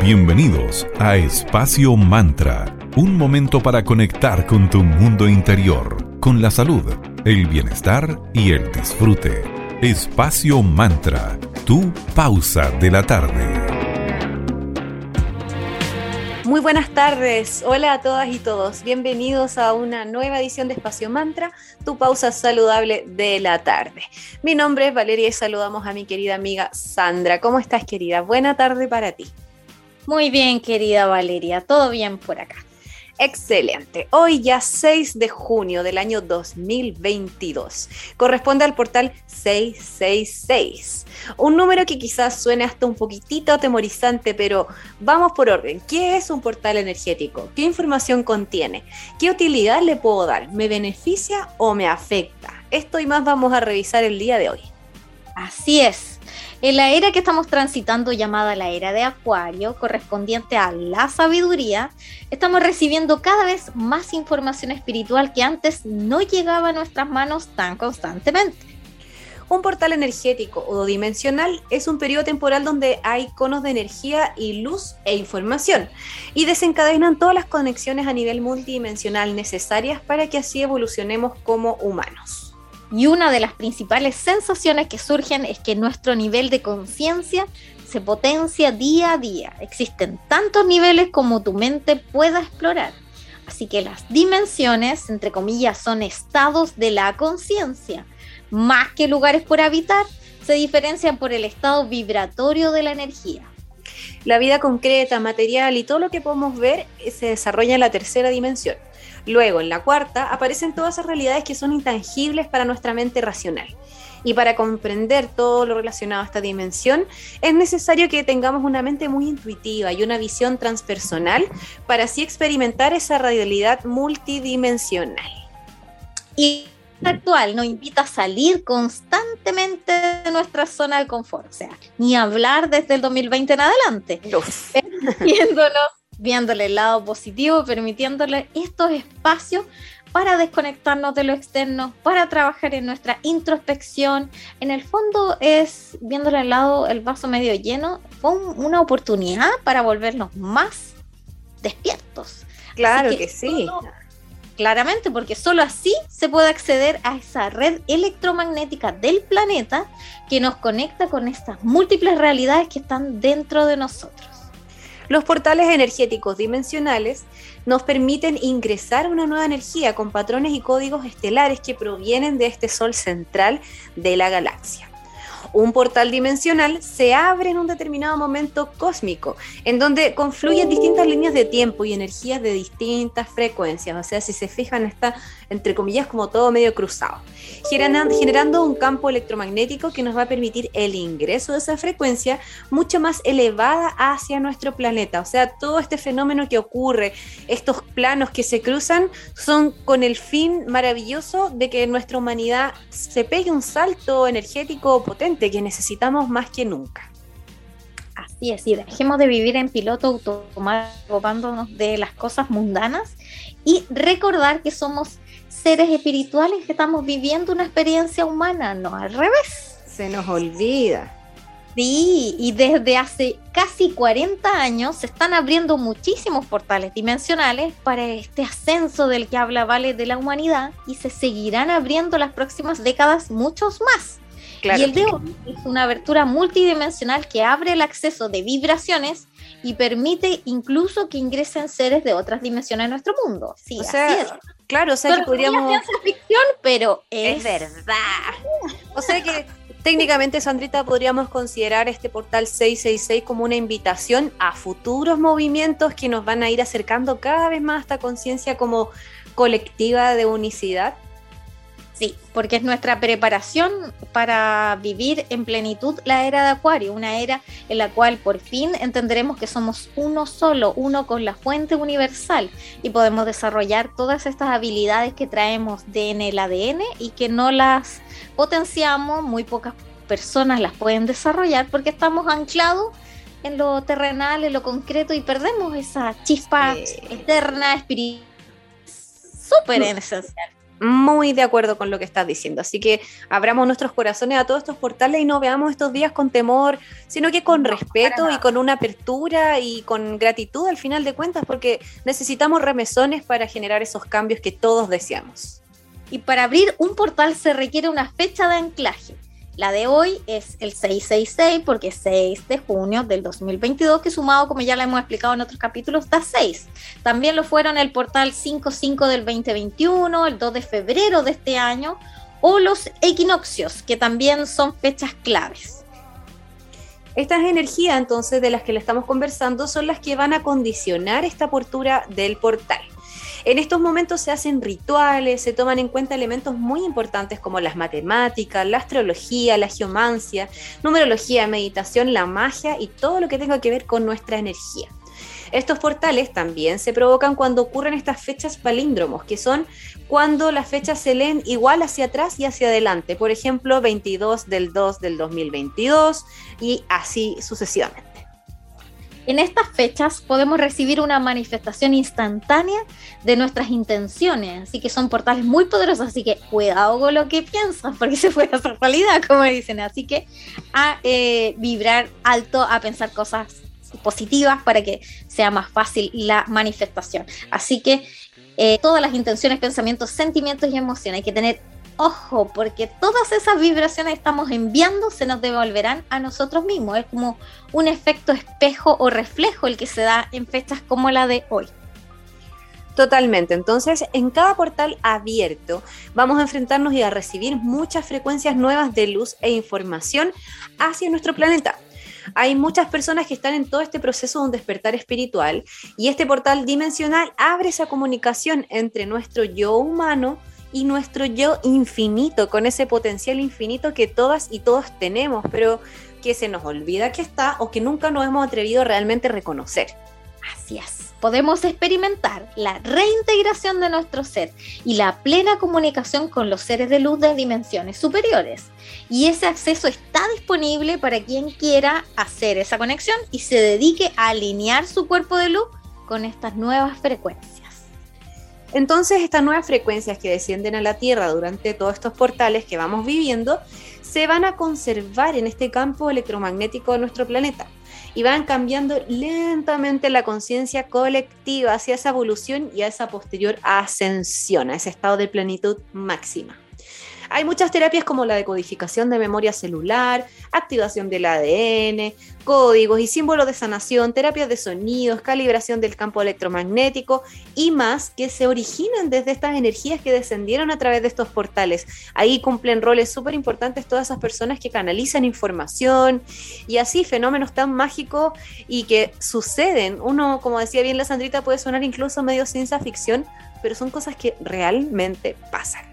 Bienvenidos a Espacio Mantra, un momento para conectar con tu mundo interior, con la salud, el bienestar y el disfrute. Espacio Mantra, tu pausa de la tarde. Muy buenas tardes, hola a todas y todos, bienvenidos a una nueva edición de Espacio Mantra, tu pausa saludable de la tarde. Mi nombre es Valeria y saludamos a mi querida amiga Sandra. ¿Cómo estás, querida? Buena tarde para ti. Muy bien, querida Valeria, todo bien por acá. Excelente. Hoy ya 6 de junio del año 2022. Corresponde al portal 666. Un número que quizás suene hasta un poquitito atemorizante, pero vamos por orden. ¿Qué es un portal energético? ¿Qué información contiene? ¿Qué utilidad le puedo dar? ¿Me beneficia o me afecta? Esto y más vamos a revisar el día de hoy. Así es. En la era que estamos transitando, llamada la era de Acuario, correspondiente a la sabiduría, estamos recibiendo cada vez más información espiritual que antes no llegaba a nuestras manos tan constantemente. Un portal energético o dimensional es un periodo temporal donde hay conos de energía y luz e información y desencadenan todas las conexiones a nivel multidimensional necesarias para que así evolucionemos como humanos. Y una de las principales sensaciones que surgen es que nuestro nivel de conciencia se potencia día a día. Existen tantos niveles como tu mente pueda explorar. Así que las dimensiones, entre comillas, son estados de la conciencia. Más que lugares por habitar, se diferencian por el estado vibratorio de la energía. La vida concreta, material y todo lo que podemos ver se desarrolla en la tercera dimensión. Luego, en la cuarta, aparecen todas esas realidades que son intangibles para nuestra mente racional. Y para comprender todo lo relacionado a esta dimensión, es necesario que tengamos una mente muy intuitiva y una visión transpersonal para así experimentar esa realidad multidimensional. Y actual nos invita a salir constantemente de nuestra zona de confort, o sea, ni hablar desde el 2020 en adelante, viéndole el lado positivo, permitiéndole estos espacios para desconectarnos de lo externo, para trabajar en nuestra introspección. En el fondo es, viéndole el lado, el vaso medio lleno, fue una oportunidad para volvernos más despiertos. Claro que sí. Claramente, porque solo así se puede acceder a esa red electromagnética del planeta que nos conecta con estas múltiples realidades que están dentro de nosotros. Los portales energéticos dimensionales nos permiten ingresar a una nueva energía con patrones y códigos estelares que provienen de este sol central de la galaxia. Un portal dimensional se abre en un determinado momento cósmico, en donde confluyen distintas líneas de tiempo y energías de distintas frecuencias. O sea, si se fijan, está, entre comillas, como todo medio cruzado, generando un campo electromagnético que nos va a permitir el ingreso de esa frecuencia mucho más elevada hacia nuestro planeta. O sea, todo este fenómeno que ocurre, estos planos que se cruzan, son con el fin maravilloso de que nuestra humanidad se pegue un salto energético potente que necesitamos más que nunca. Así es, y dejemos de vivir en piloto automático, ocupándonos de las cosas mundanas y recordar que somos seres espirituales que estamos viviendo una experiencia humana, no al revés. Se nos olvida. Sí, y desde hace casi 40 años se están abriendo muchísimos portales dimensionales para este ascenso del que habla Vale de la humanidad y se seguirán abriendo las próximas décadas muchos más. Claro. Y el de hoy es una abertura multidimensional que abre el acceso de vibraciones y permite incluso que ingresen seres de otras dimensiones a nuestro mundo. Sí, o sea, así es. Claro, o sea que podríamos... Es ciencia ficción, pero es verdad. O sea que técnicamente, Sandrita, podríamos considerar este portal 666 como una invitación a futuros movimientos que nos van a ir acercando cada vez más a esta conciencia como colectiva de unicidad. Sí, porque es nuestra preparación para vivir en plenitud la era de Acuario, una era en la cual por fin entenderemos que somos uno solo, uno con la fuente universal y podemos desarrollar todas estas habilidades que traemos en el ADN y que no las potenciamos, muy pocas personas las pueden desarrollar porque estamos anclados en lo terrenal, en lo concreto y perdemos esa chispa eterna, espiritual, súper esencial. Muy de acuerdo con lo que estás diciendo. Así que abramos nuestros corazones a todos estos portales y no veamos estos días con temor, sino que con respeto y con una apertura y con gratitud al final de cuentas, porque necesitamos remesones para generar esos cambios que todos deseamos. Y para abrir un portal se requiere una fecha de anclaje. La de hoy es el 666 porque es 6 de junio del 2022, que sumado, como ya lo hemos explicado en otros capítulos, da 6. También lo fueron el portal 55 del 2021, el 2 de febrero de este año, o los equinoccios, que también son fechas claves. Estas energías, entonces, de las que le estamos conversando, son las que van a condicionar esta apertura del portal. En estos momentos se hacen rituales, se toman en cuenta elementos muy importantes como las matemáticas, la astrología, la geomancia, numerología, meditación, la magia y todo lo que tenga que ver con nuestra energía. Estos portales también se provocan cuando ocurren estas fechas palíndromos, que son cuando las fechas se leen igual hacia atrás y hacia adelante. Por ejemplo, 22 del 2 del 2022 y así sucesivamente. En estas fechas podemos recibir una manifestación instantánea de nuestras intenciones, así que son portales muy poderosos, así que cuidado con lo que piensas, porque se puede hacer realidad, como dicen, así que a vibrar alto, a pensar cosas positivas para que sea más fácil la manifestación. Así que todas las intenciones, pensamientos, sentimientos y emociones hay que tener ojo, porque todas esas vibraciones que estamos enviando se nos devolverán a nosotros mismos. Es como un efecto espejo o reflejo el que se da en fechas como la de hoy. Totalmente. Entonces, en cada portal abierto vamos a enfrentarnos y a recibir muchas frecuencias nuevas de luz e información hacia nuestro planeta. Hay muchas personas que están en todo este proceso de un despertar espiritual y este portal dimensional abre esa comunicación entre nuestro yo humano y nuestro yo infinito, con ese potencial infinito que todas y todos tenemos, pero que se nos olvida que está o que nunca nos hemos atrevido a realmente reconocer. Así es. Podemos experimentar la reintegración de nuestro ser y la plena comunicación con los seres de luz de dimensiones superiores. Y ese acceso está disponible para quien quiera hacer esa conexión y se dedique a alinear su cuerpo de luz con estas nuevas frecuencias. Entonces, estas nuevas frecuencias que descienden a la Tierra durante todos estos portales que vamos viviendo se van a conservar en este campo electromagnético de nuestro planeta y van cambiando lentamente la conciencia colectiva hacia esa evolución y a esa posterior ascensión, a ese estado de plenitud máxima. Hay muchas terapias como la decodificación de memoria celular, activación del ADN, códigos y símbolos de sanación, terapias de sonidos, calibración del campo electromagnético y más que se originan desde estas energías que descendieron a través de estos portales. Ahí cumplen roles súper importantes todas esas personas que canalizan información y así fenómenos tan mágicos y que suceden. Uno, como decía bien la Sandrita, puede sonar incluso medio ciencia ficción, pero son cosas que realmente pasan.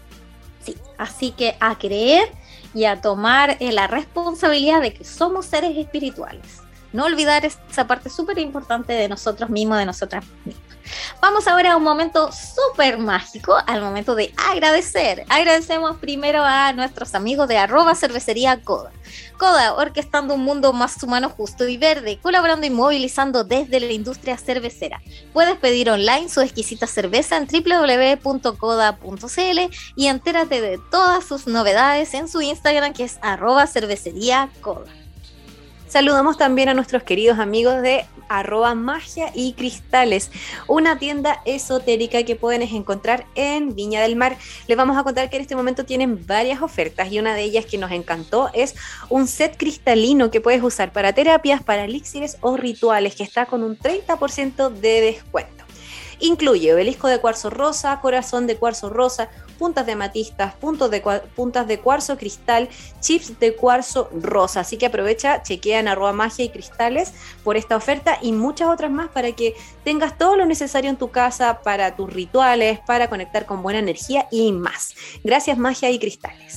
Sí, así que a creer y a tomar la responsabilidad de que somos seres espirituales. No olvidar esa parte súper importante de nosotros mismos, de nosotras mismas. Vamos ahora a un momento súper mágico, al momento de agradecer. Agradecemos primero a nuestros amigos de @cervecería-coda. Coda, orquestando un mundo más humano, justo y verde, colaborando y movilizando desde la industria cervecera. Puedes pedir online su exquisita cerveza en www.coda.cl y entérate de todas sus novedades en su Instagram, que es @cervecería-coda. Saludamos también a nuestros queridos amigos de @magia y cristales, una tienda esotérica que pueden encontrar en Viña del Mar. Les vamos a contar que en este momento tienen varias ofertas y una de ellas que nos encantó es un set cristalino que puedes usar para terapias, para elixires o rituales, que está con un 30% de descuento. Incluye obelisco de cuarzo rosa, corazón de cuarzo rosa, puntas de amatistas, puntas de cuarzo cristal, chips de cuarzo rosa. Así que aprovecha, chequea en @magia y cristales por esta oferta y muchas otras más para que tengas todo lo necesario en tu casa para tus rituales, para conectar con buena energía y más. Gracias, Magia y Cristales.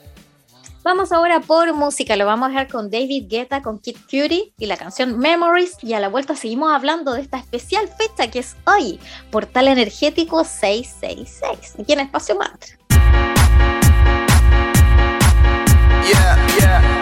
Vamos ahora por música, lo vamos a dejar con David Guetta, con Kid Cudi y la canción Memories, y a la vuelta seguimos hablando de esta especial fecha que es hoy, Portal Energético 666, aquí en Espacio Mantra. Yeah.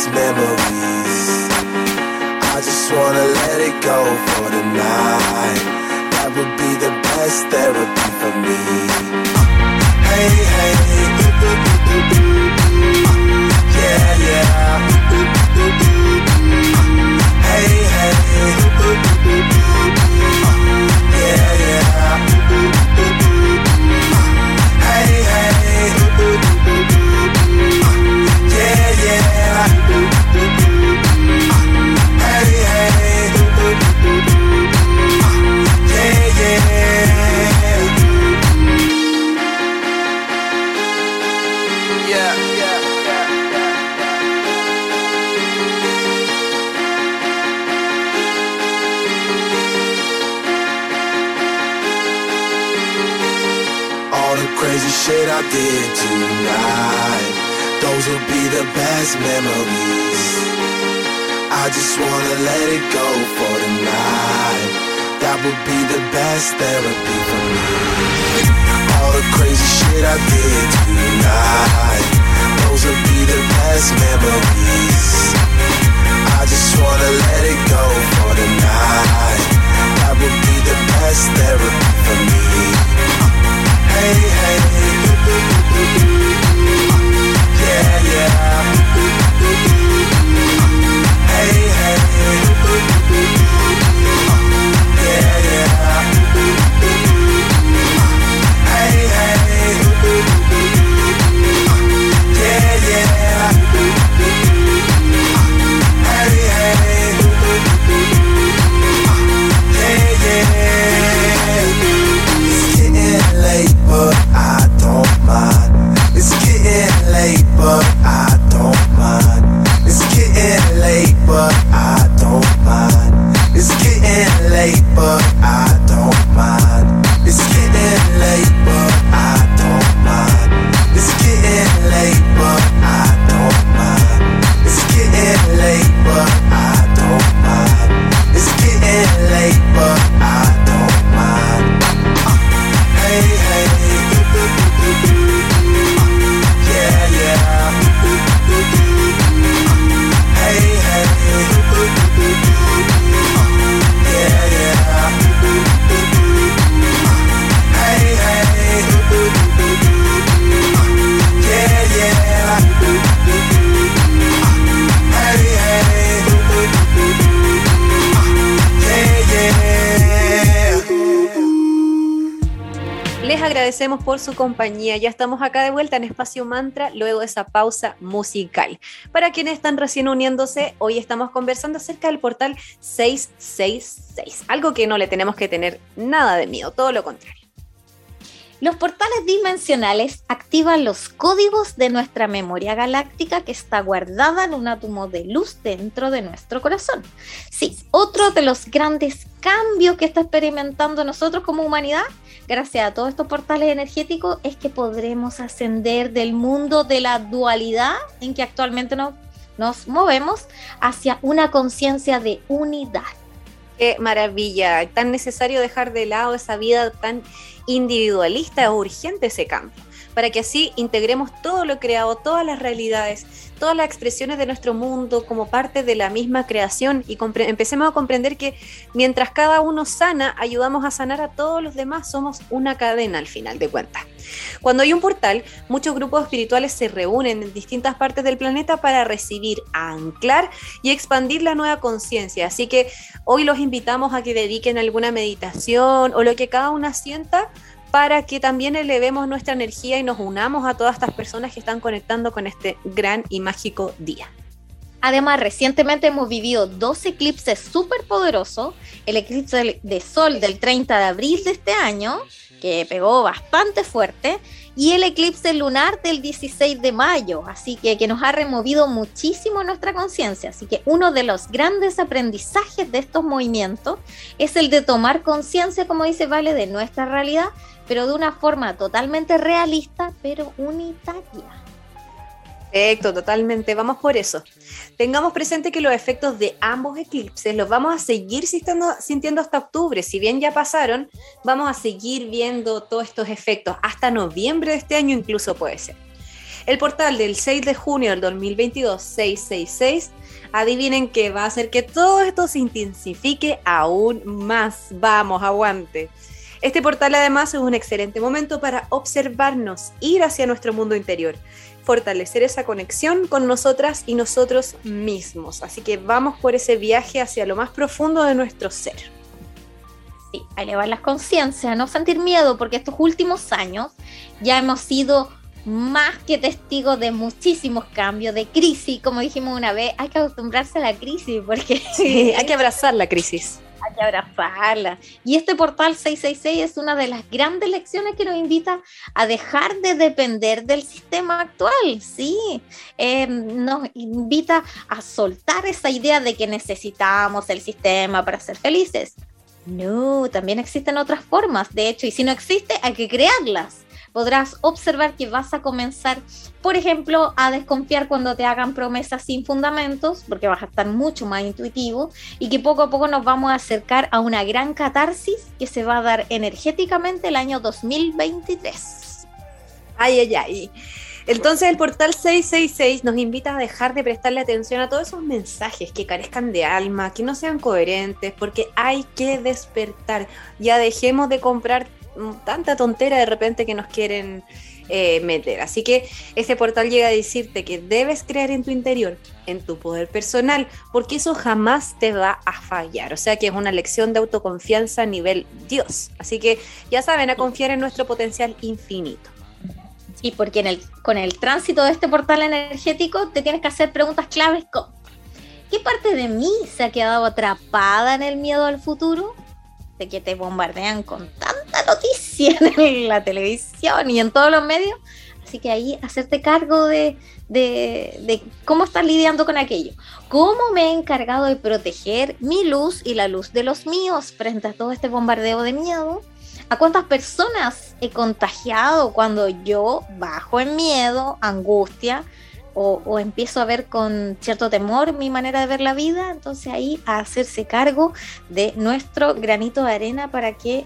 memories. I just wanna let it go for tonight. That would be the best therapy for me. Hey, hey, yeah, yeah. Hey, hey, yeah, yeah. Hey, hey, yeah, yeah. Hey, hey, yeah, yeah. Yeah, yeah, yeah, yeah. All the crazy shit I did tonight, those will be the best memories. I just wanna let it go for tonight. That would be the best therapy for me. All the crazy shit I did tonight, those will be the best memories. I just wanna let it go for tonight. That would be the best therapy for me. Hey, hey, yeah, yeah. Hey, hey, yeah, yeah. Hey, hey, yeah, yeah. Hey, hey, yeah, yeah. It's getting late, but I don't mind. It's getting late, but I don't mind. It's getting late, but I don't mind. It's getting late, but I don't mind. It's getting late, but I don't mind. It's getting late, but I don't mind. It's getting late, but I don't mind. It's getting late, but I don't mind. Hey, hey, yeah, yeah. Hey, hey, yeah, yeah. Hey, hey, yeah, yeah. Hey, hey, yeah, yeah. Les agradecemos por su compañía. Ya estamos acá de vuelta en Espacio Mantra luego de esa pausa musical. Para quienes están recién uniéndose, hoy estamos conversando acerca del portal 666. Algo que no le tenemos que tener nada de miedo, todo lo contrario. Los portales dimensionales activan los códigos de nuestra memoria galáctica que está guardada en un átomo de luz dentro de nuestro corazón. Sí, otro de los grandes cambios que está experimentando nosotros como humanidad, gracias a todos estos portales energéticos, es que podremos ascender del mundo de la dualidad en que actualmente nos movemos hacia una conciencia de unidad. ¡Qué maravilla! Tan necesario dejar de lado esa vida tan individualista, es urgente ese cambio, para que así integremos todo lo creado, todas las realidades, todas las expresiones de nuestro mundo como parte de la misma creación y empecemos a comprender que mientras cada uno sana, ayudamos a sanar a todos los demás, somos una cadena al final de cuentas. Cuando hay un portal, muchos grupos espirituales se reúnen en distintas partes del planeta para recibir, anclar y expandir la nueva conciencia, así que hoy los invitamos a que dediquen alguna meditación o lo que cada uno sienta para que también elevemos nuestra energía y nos unamos a todas estas personas que están conectando con este gran y mágico día. Además, recientemente hemos vivido 2 eclipses súper poderosos, el eclipse de sol del 30 de abril de este año, que pegó bastante fuerte, y el eclipse lunar del 16 de mayo, así que nos ha removido muchísimo nuestra conciencia. Así que uno de los grandes aprendizajes de estos movimientos es el de tomar conciencia, como dice Vale, de nuestra realidad, pero de una forma totalmente realista, pero unitaria. Perfecto, totalmente, vamos por eso. Tengamos presente que los efectos de ambos eclipses los vamos a seguir sintiendo hasta octubre. Si bien ya pasaron, vamos a seguir viendo todos estos efectos hasta noviembre de este año incluso puede ser. El portal del 6 de junio del 2022, 666, adivinen que va a hacer que todo esto se intensifique aún más. Vamos, aguante. Este portal además es un excelente momento para observarnos, ir hacia nuestro mundo interior, fortalecer esa conexión con nosotras y nosotros mismos. Así que vamos por ese viaje hacia lo más profundo de nuestro ser. Sí, a elevar las conciencias, no sentir miedo, porque estos últimos años ya hemos sido más que testigos de muchísimos cambios, de crisis. Como dijimos una vez, hay que acostumbrarse a la crisis, porque sí, hay que abrazar la crisis. Hay que abrazarla. Y este portal 666 es una de las grandes lecciones que nos invita a dejar de depender del sistema actual, ¿sí? Nos invita a soltar esa idea de que necesitamos el sistema para ser felices. No, también existen otras formas, de hecho, y si no existe, hay que crearlas. Podrás observar que vas a comenzar, por ejemplo, a desconfiar cuando te hagan promesas sin fundamentos, porque vas a estar mucho más intuitivo, y que poco a poco nos vamos a acercar a una gran catarsis que se va a dar energéticamente el año 2023. Ay, ay, ay. Entonces el portal 666 nos invita a dejar de prestarle atención a todos esos mensajes que carezcan de alma, que no sean coherentes, porque hay que despertar. Ya dejemos de comprar tanta tontera de repente que nos quieren meter. Así que este portal llega a decirte que debes creer en tu interior, en tu poder personal, porque eso jamás te va a fallar. O sea que es una lección de autoconfianza a nivel Dios. Así que ya saben, a confiar en nuestro potencial infinito. Sí, porque con el tránsito de este portal energético te tienes que hacer preguntas claves como: ¿qué parte de mí se ha quedado atrapada en el miedo al futuro? De que te bombardean con tanta noticia en la televisión y en todos los medios. Así que ahí hacerte cargo de cómo estás lidiando con aquello. ¿Cómo me he encargado de proteger mi luz y la luz de los míos frente a todo este bombardeo de miedo? ¿A cuántas personas he contagiado cuando yo bajo en miedo, angustia, o empiezo a ver con cierto temor mi manera de ver la vida? Entonces ahí a hacerse cargo de nuestro granito de arena para que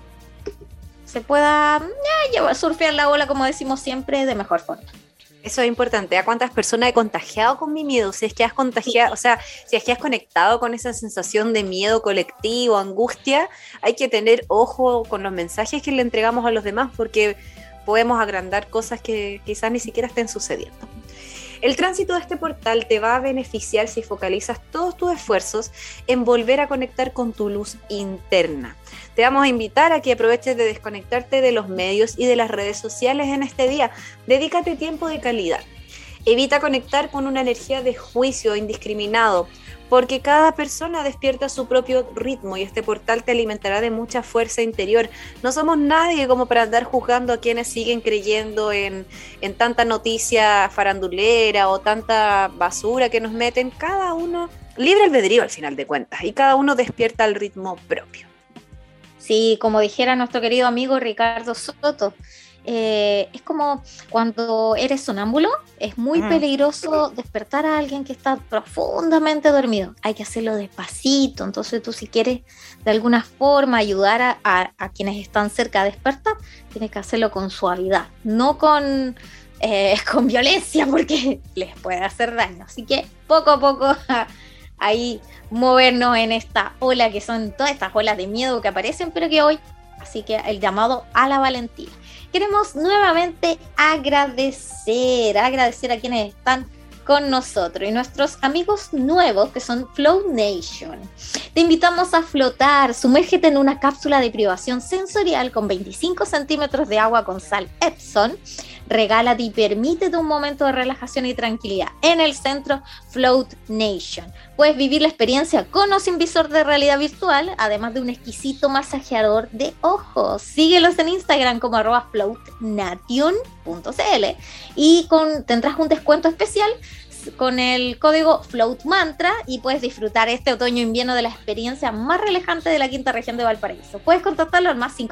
se pueda surfear la ola, como decimos siempre, de mejor forma. Eso es importante. ¿A cuántas personas he contagiado con mi miedo? Si es que has contagiado, sí. O sea, si es que has conectado con esa sensación de miedo colectivo, angustia, hay que tener ojo con los mensajes que le entregamos a los demás, porque podemos agrandar cosas que quizás ni siquiera estén sucediendo. El tránsito de este portal te va a beneficiar si focalizas todos tus esfuerzos en volver a conectar con tu luz interna. Te vamos a invitar a que aproveches de desconectarte de los medios y de las redes sociales en este día. Dedícate tiempo de calidad. Evita conectar con una energía de juicio indiscriminado, porque cada persona despierta su propio ritmo y este portal te alimentará de mucha fuerza interior. No somos nadie como para andar juzgando a quienes siguen creyendo en tanta noticia farandulera o tanta basura que nos meten. Cada uno, libre albedrío al final de cuentas, y cada uno despierta al ritmo propio. Sí, como dijera nuestro querido amigo Ricardo Soto, es como cuando eres sonámbulo, es muy peligroso despertar a alguien que está profundamente dormido. Hay que hacerlo despacito. Entonces tú, si quieres de alguna forma ayudar a quienes están cerca de despertar, tienes que hacerlo con suavidad, no con violencia, porque les puede hacer daño. Así que poco a poco ahí movernos en esta ola, que son todas estas olas de miedo que aparecen, pero que hoy, así que el llamado a la valentía. Queremos nuevamente agradecer a quienes están con nosotros y nuestros amigos nuevos que son Float Nation. Te invitamos a flotar, sumérgete en una cápsula de privación sensorial con 25 centímetros de agua con sal Epsom. Regálate y permítete un momento de relajación y tranquilidad en el centro Float Nation. Puedes vivir la experiencia con o sin visor de realidad virtual, además de un exquisito masajeador de ojos. Síguelos en Instagram como @floatnation.cl y tendrás un descuento especial con el código FloatMantra y puedes disfrutar este otoño-invierno de la experiencia más relajante de la quinta región de Valparaíso. Puedes contactarlo al más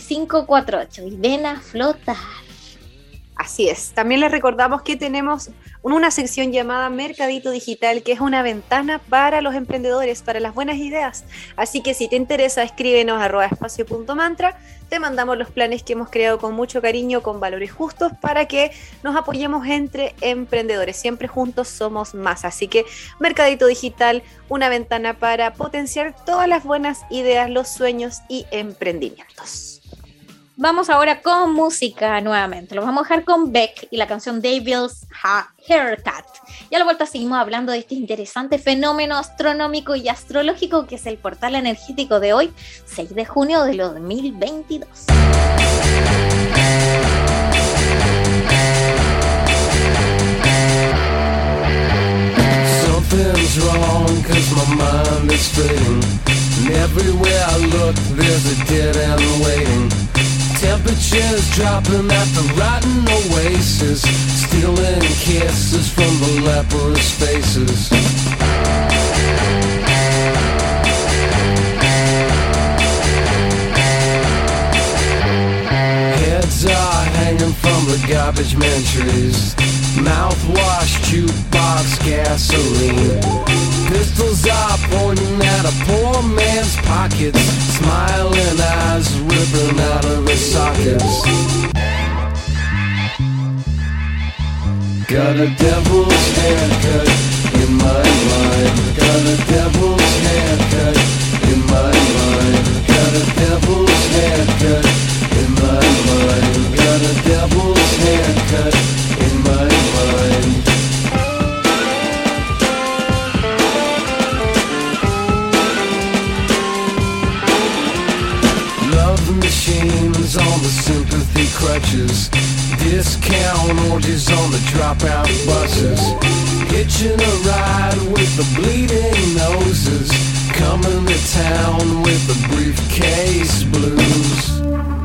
569-3381-6548 y ven a flotar. Así es. También les recordamos que tenemos una sección llamada Mercadito Digital, que es una ventana para los emprendedores, para las buenas ideas. Así que si te interesa, escríbenos @espacio.mantra. Te mandamos los planes que hemos creado con mucho cariño, con valores justos, para que nos apoyemos entre emprendedores. Siempre juntos somos más. Así que Mercadito Digital, una ventana para potenciar todas las buenas ideas, los sueños y emprendimientos. Vamos ahora con música nuevamente. Lo vamos a dejar con Beck y la canción Devil's Haircut. Y a la vuelta seguimos hablando de este interesante fenómeno astronómico y astrológico que es el portal energético de hoy, 6 de junio de 2022. Something's wrong 'cause my mind is fading. And everywhere I look there's a dead end waiting. Temperatures dropping at the rotten oasis, stealing kisses from the leprous faces. Heads are hanging from the garbage man trees. Mouthwash, jukebox, gasoline. Pistols are pointing at a poor man's pockets. Smiling eyes ripping out of their sockets. Got a devil's haircut in my mind. Got a devil's haircut in my mind. Got a devil's haircut in my mind. Got a devil's haircut in my mind. Love machines on the sympathy crutches. Discount orgies on the dropout buses. Hitching a ride with the bleeding noses. Coming to town with the briefcase blues.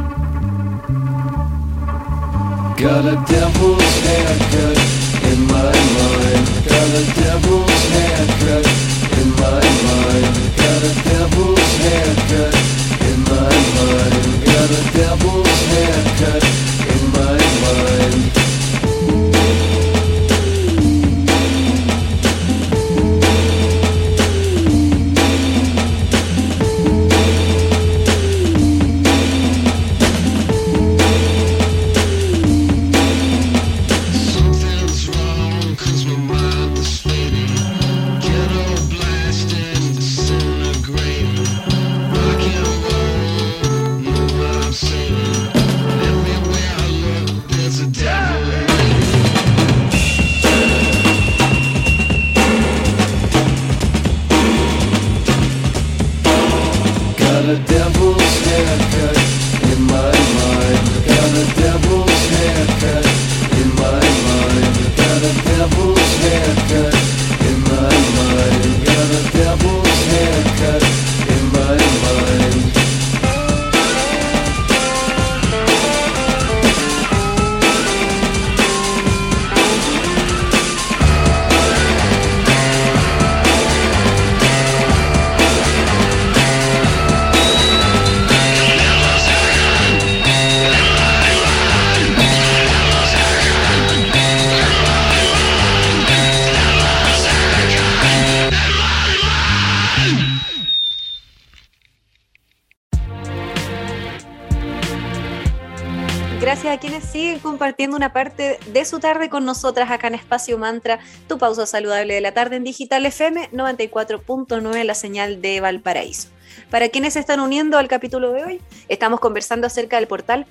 Got a devil's haircut in my mind. Got a devil's haircut in my mind. Got a devil's haircut in my mind. Got a devil's haircut in my mind. Gracias a quienes siguen compartiendo una parte de su tarde con nosotras acá en Espacio Mantra, tu pausa saludable de la tarde en Digital FM 94.9, la señal de Valparaíso. Para quienes se están uniendo al capítulo de hoy, estamos conversando acerca del portal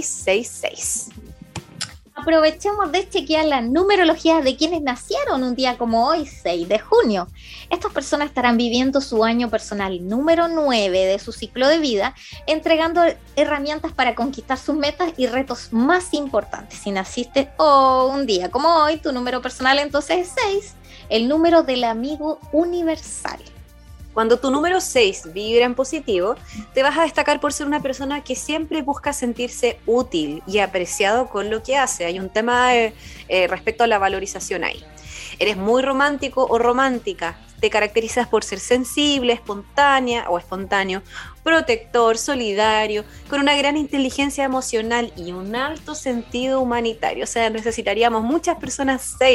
666. Aprovechemos de chequear la numerología de quienes nacieron un día como hoy, 6 de junio. Estas personas estarán viviendo su año personal número 9 de su ciclo de vida, entregando herramientas para conquistar sus metas y retos más importantes. Si naciste un día como hoy, tu número personal entonces es 6, el número del amigo universal. Cuando tu número 6 vibra en positivo, te vas a destacar por ser una persona que siempre busca sentirse útil y apreciado con lo que hace. Hay un tema respecto a la valorización ahí. Eres muy romántico o romántica. Te caracterizas por ser sensible, espontánea o espontáneo, protector, solidario, con una gran inteligencia emocional y un alto sentido humanitario. O sea, necesitaríamos muchas personas 6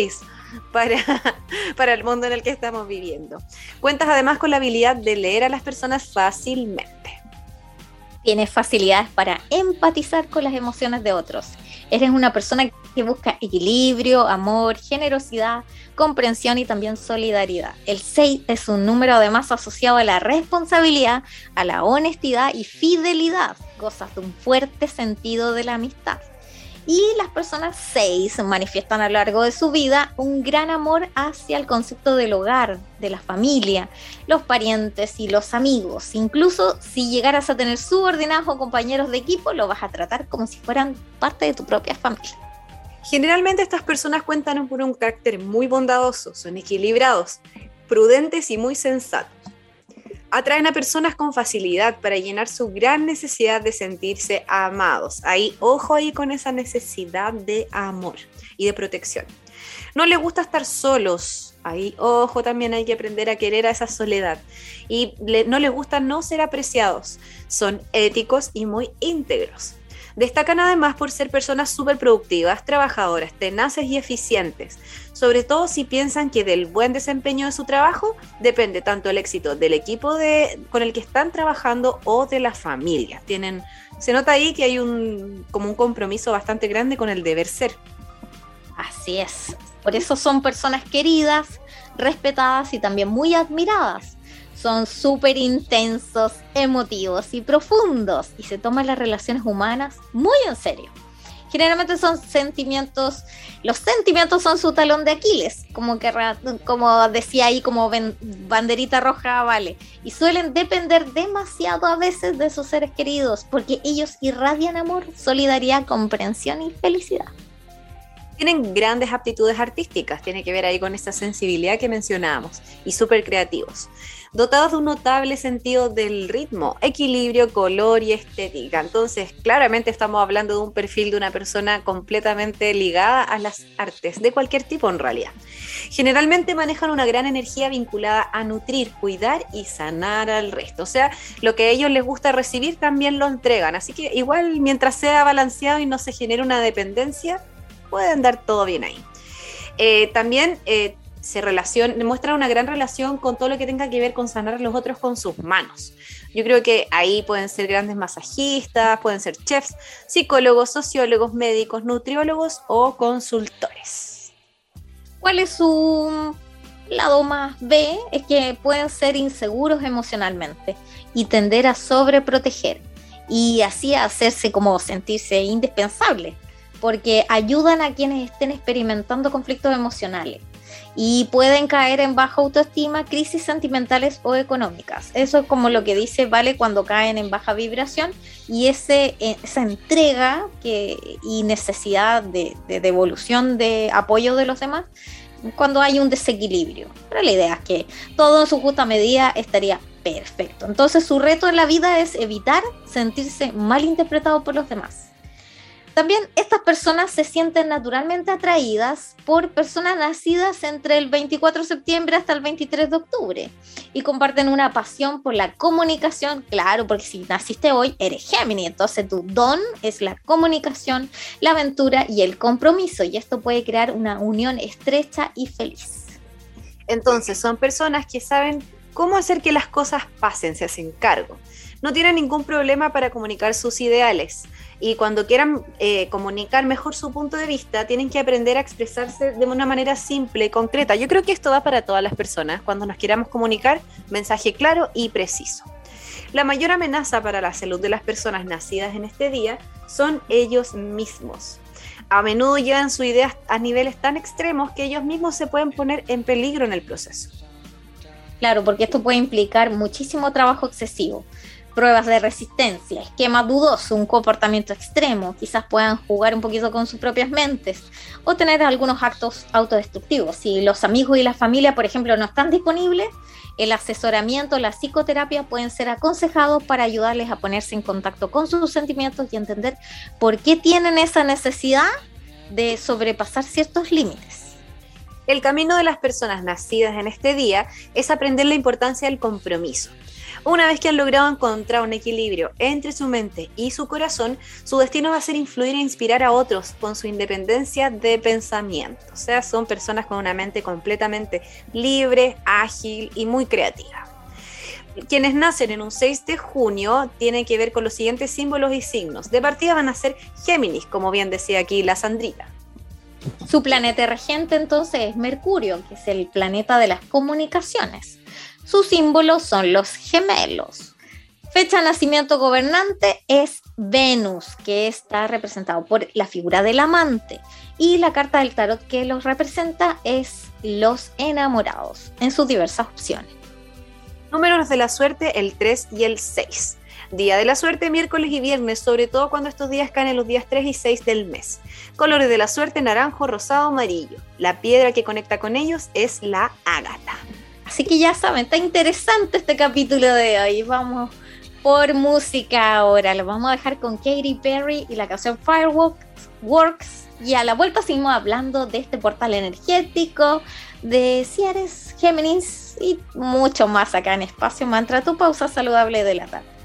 para, para el mundo en el que estamos viviendo. Cuentas además con la habilidad de leer a las personas fácilmente. Tienes facilidades para empatizar con las emociones de otros. Eres una persona que busca equilibrio, amor, generosidad, comprensión y también solidaridad. El 6 es un número además asociado a la responsabilidad, a la honestidad y fidelidad. Gozas de un fuerte sentido de la amistad. Y las personas 6 manifiestan a lo largo de su vida un gran amor hacia el concepto del hogar, de la familia, los parientes y los amigos. Incluso si llegaras a tener subordinados o compañeros de equipo, lo vas a tratar como si fueran parte de tu propia familia. Generalmente estas personas cuentan por un carácter muy bondadoso, son equilibrados, prudentes y muy sensatos. Atraen a personas con facilidad para llenar su gran necesidad de sentirse amados. Ojo ahí con esa necesidad de amor y de protección. No les gusta estar solos. Ojo, también hay que aprender a querer a esa soledad. Y no les gusta no ser apreciados. Son éticos y muy íntegros. Destacan además por ser personas súper productivas, trabajadoras, tenaces y eficientes, sobre todo si piensan que del buen desempeño de su trabajo depende tanto el éxito del equipo con el que están trabajando o de la familia. Se nota ahí que hay como un compromiso bastante grande con el deber ser. Así es, por eso son personas queridas, respetadas y también muy admiradas. Son súper intensos, emotivos y profundos y se toman las relaciones humanas muy en serio. Generalmente los sentimientos son su talón de Aquiles, como decía ahí, como banderita roja, vale. Y suelen depender demasiado a veces de sus seres queridos, porque ellos irradian amor, solidaridad, comprensión y felicidad. Tienen grandes aptitudes artísticas, tiene que ver ahí con esa sensibilidad que mencionábamos, y súper creativos. Dotados de un notable sentido del ritmo, equilibrio, color y estética. Entonces, claramente estamos hablando de un perfil de una persona completamente ligada a las artes, de cualquier tipo en realidad. Generalmente manejan una gran energía vinculada a nutrir, cuidar y sanar al resto. O sea, lo que a ellos les gusta recibir también lo entregan. Así que igual, mientras sea balanceado y no se genere una dependencia, puede andar todo bien ahí. También muestra una gran relación con todo lo que tenga que ver con sanar a los otros con sus manos. Yo creo que ahí pueden ser grandes masajistas, pueden ser chefs, psicólogos, sociólogos, médicos, nutriólogos o consultores. ¿Cuál es su lado más B? Es que pueden ser inseguros emocionalmente y tender a sobreproteger y así hacerse como sentirse indispensables, porque ayudan a quienes estén experimentando conflictos emocionales y pueden caer en baja autoestima, crisis sentimentales o económicas. Eso es como lo que dice Vale cuando caen en baja vibración y esa entrega y necesidad de devolución de apoyo de los demás cuando hay un desequilibrio. Pero la idea es que todo en su justa medida estaría perfecto. Entonces su reto en la vida es evitar sentirse mal interpretado por los demás. También estas personas se sienten naturalmente atraídas por personas nacidas entre el 24 de septiembre hasta el 23 de octubre y comparten una pasión por la comunicación, claro, porque si naciste hoy eres Géminis, entonces tu don es la comunicación, la aventura y el compromiso, y esto puede crear una unión estrecha y feliz. Entonces son personas que saben cómo hacer que las cosas pasen, se hacen cargo. No tienen ningún problema para comunicar sus ideales. Y cuando quieran comunicar mejor su punto de vista, tienen que aprender a expresarse de una manera simple y concreta. Yo creo que esto va para todas las personas. Cuando nos queramos comunicar, mensaje claro y preciso. La mayor amenaza para la salud de las personas nacidas en este día son ellos mismos. A menudo llevan sus ideas a niveles tan extremos que ellos mismos se pueden poner en peligro en el proceso. Claro, porque esto puede implicar muchísimo trabajo excesivo, pruebas de resistencia, esquema dudoso, un comportamiento extremo, quizás puedan jugar un poquito con sus propias mentes o tener algunos actos autodestructivos. Si los amigos y la familia, por ejemplo, no están disponibles, el asesoramiento, la psicoterapia pueden ser aconsejados para ayudarles a ponerse en contacto con sus sentimientos y entender por qué tienen esa necesidad de sobrepasar ciertos límites. El camino de las personas nacidas en este día es aprender la importancia del compromiso. Una vez que han logrado encontrar un equilibrio entre su mente y su corazón, su destino va a ser influir e inspirar a otros con su independencia de pensamiento. O sea, son personas con una mente completamente libre, ágil y muy creativa. Quienes nacen en un 6 de junio tienen que ver con los siguientes símbolos y signos. De partida van a ser Géminis, como bien decía aquí la Sandrita. Su planeta regente entonces es Mercurio, que es el planeta de las comunicaciones. Sus símbolos son los gemelos. Fecha de nacimiento gobernante es Venus, que está representado por la figura del amante. Y la carta del tarot que los representa es los enamorados, en sus diversas opciones. Números de la suerte, el 3 y el 6. Día de la suerte, miércoles y viernes, sobre todo cuando estos días caen en los días 3 y 6 del mes. Colores de la suerte, naranjo, rosado, amarillo. La piedra que conecta con ellos es la ágata. Así que ya saben, está interesante este capítulo de hoy. Vamos por música ahora. Lo vamos a dejar con Katy Perry y la canción Fireworks. Y a la vuelta seguimos hablando de este portal energético, de si eres Géminis y mucho más acá en Espacio Mantra, tu pausa saludable de la tarde.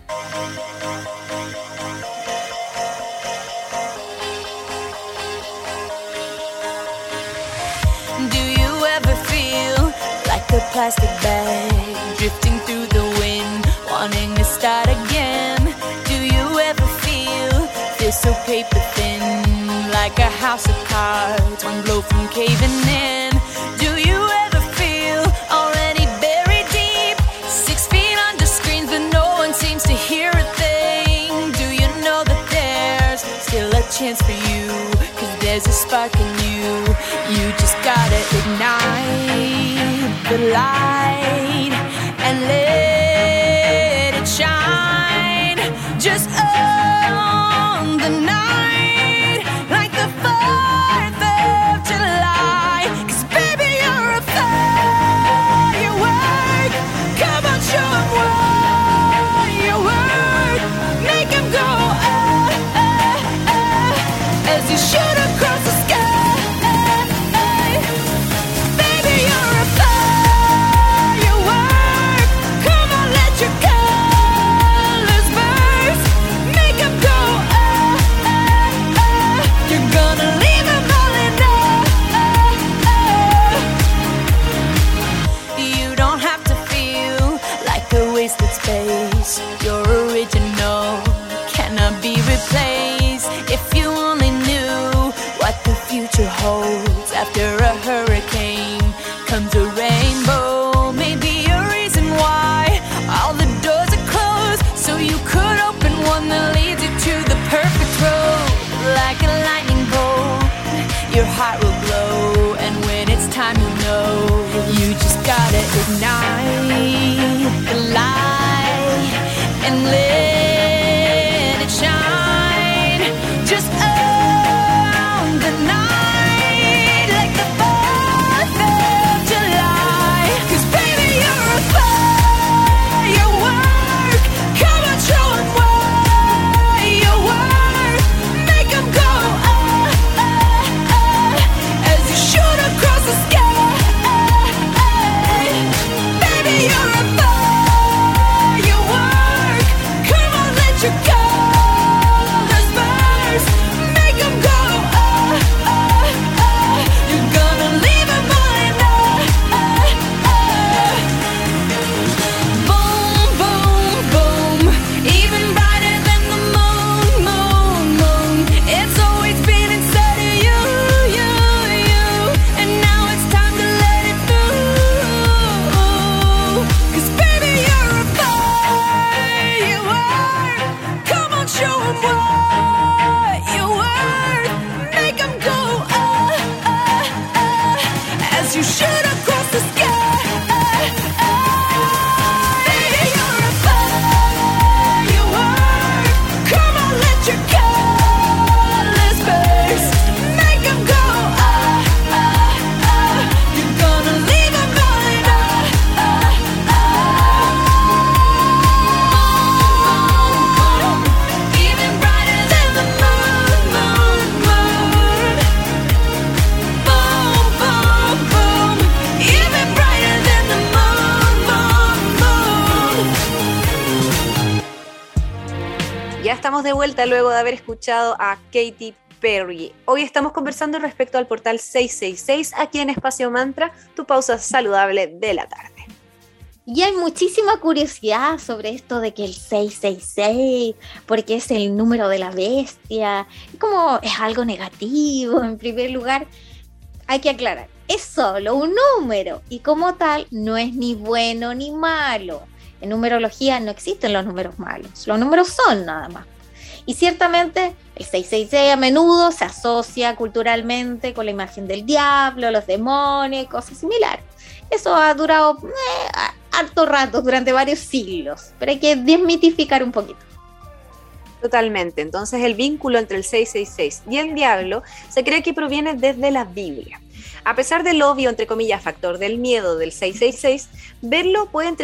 Do you ever feel like a plastic bag drifting through the wind, wanting to start again? Do you ever feel so paper thin, like a house of cards, one blow from caving in? Do you ever feel already buried deep, 6 feet under screens but no one seems to hear a thing? Do you know that there's still a chance for you, 'cause there's a spark in you? You just gotta ignite the light and let it shine. Just own the night like the 4th of July. 'Cause baby, you're a firework. Come on, show 'em what you work. Make 'em go as you shoot across the sky. Your original cannot be replaced. If you only knew what the future holds, after a hurricane comes a rainbow. Maybe a reason why all the doors are closed, so you could open one that leads you to the perfect road. Like a lightning bolt, your heart will glow, and when it's time you know, you just gotta ignite the light and let it shine. Just own the night like the 4th of July. 'Cause baby, you're a firework. Come on, show 'em what you work. Make 'em go as you shoot across the sky. Ya estamos de vuelta luego de haber escuchado a Katy Perry. Hoy estamos conversando respecto al portal 666 aquí en Espacio Mantra, tu pausa saludable de la tarde. Y hay muchísima curiosidad sobre esto de que el 666, porque es el número de la bestia, como es algo negativo. En primer lugar, hay que aclarar, es solo un número y como tal no es ni bueno ni malo. En numerología no existen los números malos, los números son nada más. Y ciertamente el 666 a menudo se asocia culturalmente con la imagen del diablo, los demonios y cosas similares. Eso ha durado harto rato, durante varios siglos, pero hay que desmitificar un poquito. Totalmente. Entonces el vínculo entre el 666 y el diablo se cree que proviene desde la Biblia. A pesar del obvio, entre comillas, factor del miedo del 666, verlo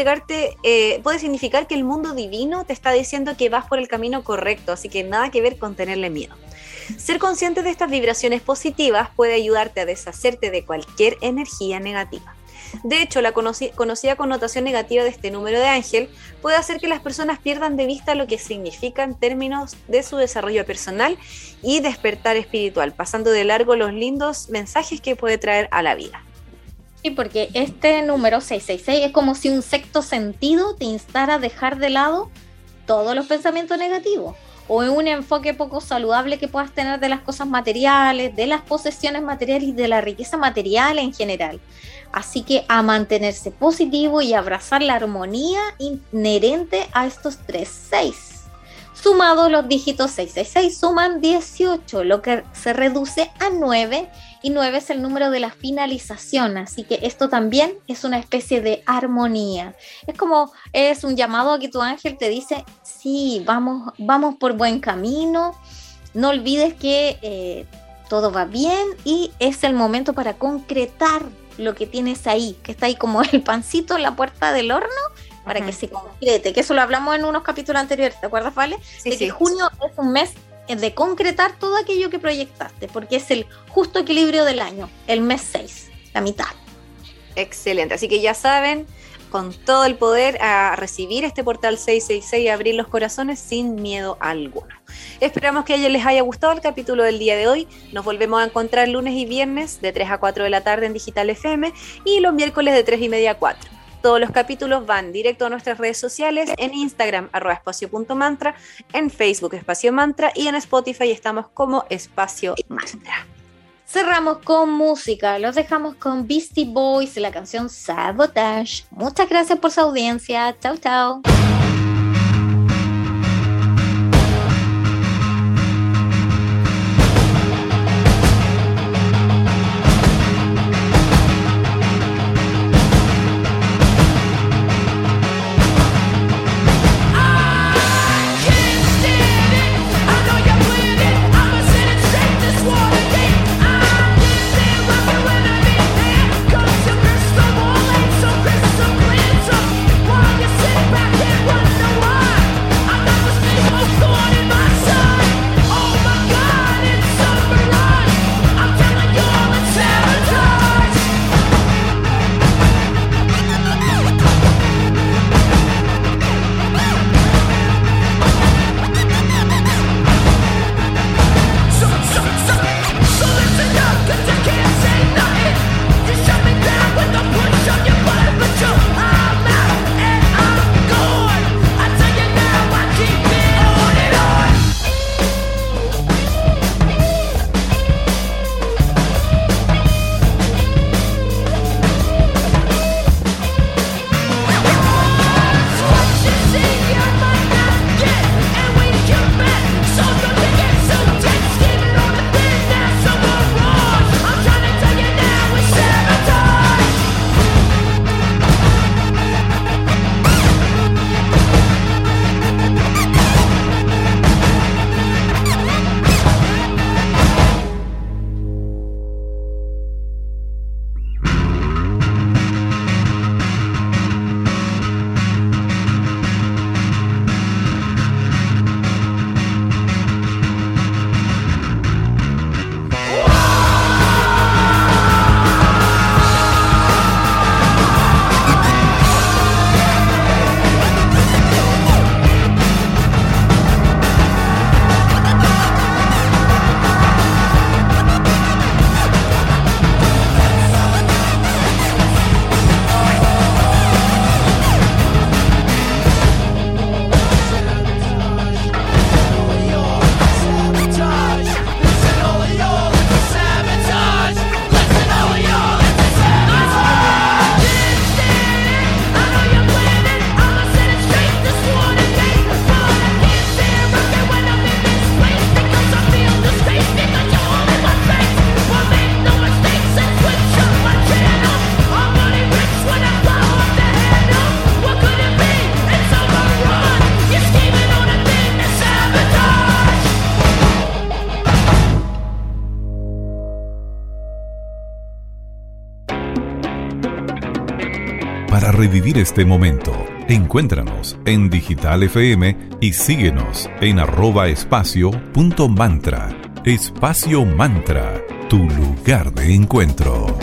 puede significar que el mundo divino te está diciendo que vas por el camino correcto, así que nada que ver con tenerle miedo. Ser consciente de estas vibraciones positivas puede ayudarte a deshacerte de cualquier energía negativa. De hecho, la conocida connotación negativa de este número de ángel puede hacer que las personas pierdan de vista lo que significa en términos de su desarrollo personal y despertar espiritual, pasando de largo los lindos mensajes que puede traer a la vida. Sí, porque este número 666 es como si un sexto sentido te instara a dejar de lado todos los pensamientos negativos o en un enfoque poco saludable que puedas tener de las cosas materiales, de las posesiones materiales y de la riqueza material en general. Así que a mantenerse positivo y abrazar la armonía inherente a estos 3-6. Sumados los dígitos 666 suman 18, lo que se reduce a 9, y 9 es el número de la finalización, así que esto también es una especie de armonía. Es un llamado a que tu ángel te dice, sí, vamos por buen camino, no olvides que todo va bien y es el momento para concretar lo que tienes ahí, que está ahí como el pancito en la puerta del horno, para que se concrete, que eso lo hablamos en unos capítulos anteriores, ¿te acuerdas, Vale? Sí, de que junio es un mes de concretar todo aquello que proyectaste, porque es el justo equilibrio del año, el mes 6, la mitad. Excelente, así que ya saben, con todo el poder a recibir este portal 666 y abrir los corazones sin miedo alguno. Esperamos que a ellos les haya gustado el capítulo del día de hoy. Nos volvemos a encontrar lunes y viernes de 3 a 4 de la tarde en Digital FM y los miércoles de 3 y media a 4. Todos los capítulos van directo a nuestras redes sociales, en Instagram @espacio.mantra, en Facebook Espacio Mantra y en Spotify estamos como Espacio Mantra. Cerramos con música, los dejamos con Beastie Boys, la canción Sabotage. Muchas gracias por su audiencia, chau chau. Back para revivir este momento. Encuéntranos en Digital FM y síguenos en @espacio.mantra. Espacio Mantra, tu lugar de encuentro.